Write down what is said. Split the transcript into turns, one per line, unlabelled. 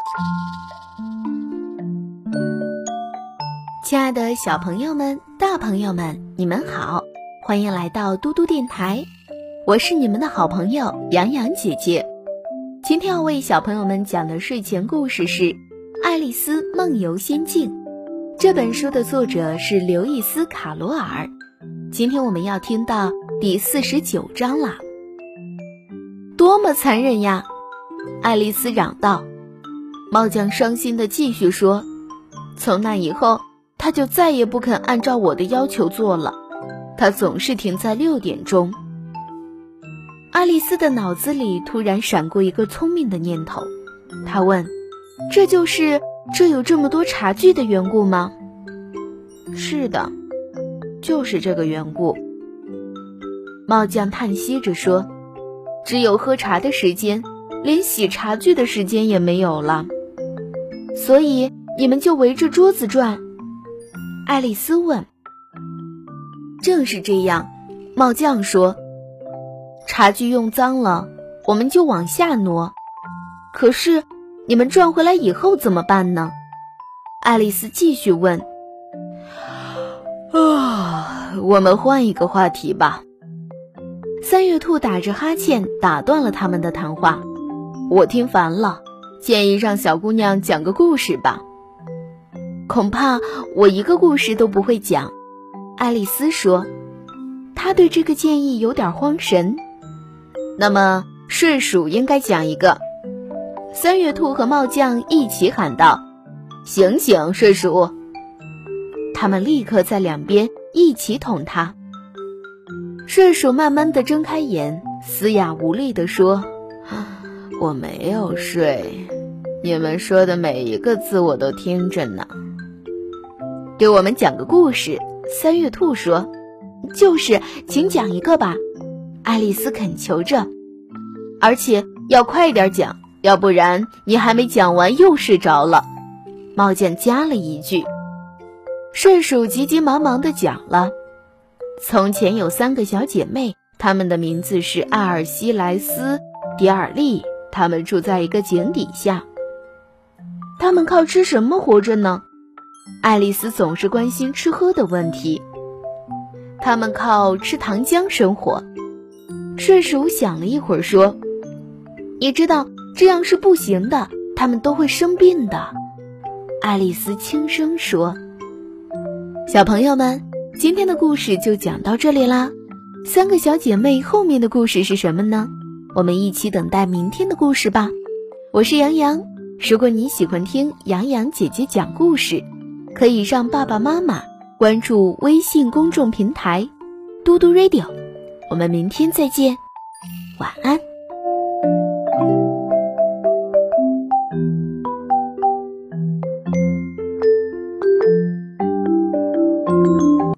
亲爱的小朋友们、大朋友们，你们好，欢迎来到嘟嘟电台，我是你们的好朋友洋洋姐姐。今天要为小朋友们讲的睡前故事是《爱丽丝梦游仙境》，这本书的作者是刘易斯·卡罗尔。今天我们要听到第49章了。多么残忍呀！爱丽丝嚷道。帽匠伤心地继续说，从那以后他就再也不肯按照我的要求做了，他总是停在6点钟。爱丽丝的脑子里突然闪过一个聪明的念头，她问，这有这么多茶具的缘故吗？是的，就是这个缘故。帽匠叹息着说，只有喝茶的时间，连洗茶具的时间也没有了。所以你们就围着桌子转？爱丽丝问。正是这样，帽匠说，茶具用脏了，我们就往下挪。可是你们转回来以后怎么办呢？爱丽丝继续问。我们换一个话题吧。三月兔打着哈欠打断了他们的谈话。我听烦了，建议让小姑娘讲个故事吧。恐怕我一个故事都不会讲，爱丽丝说。她对这个建议有点慌神。那么睡鼠应该讲一个。三月兔和帽匠一起喊道，醒醒，睡鼠。他们立刻在两边一起捅他。睡鼠慢慢地睁开眼，嘶哑无力地说，我没有睡，你们说的每一个字我都听着呢。给我们讲个故事，三月兔说。就是，请讲一个吧，爱丽丝恳求着。而且要快点讲，要不然你还没讲完又睡着了。帽匠加了一句。睡鼠急急忙忙地讲了。从前有3个小姐妹，她们的名字是艾尔西莱斯、迪尔利，她们住在一个井底下。她们靠吃什么活着呢？爱丽丝总是关心吃喝的问题。她们靠吃糖浆生活。睡鼠想了一会儿说，你知道这样是不行的，她们都会生病的。爱丽丝轻声说。小朋友们，今天的故事就讲到这里啦。3个小姐妹后面的故事是什么呢？我们一起等待明天的故事吧。我是洋洋，如果你喜欢听洋洋姐姐讲故事，可以让爸爸妈妈关注微信公众平台嘟嘟 radio。我们明天再见，晚安。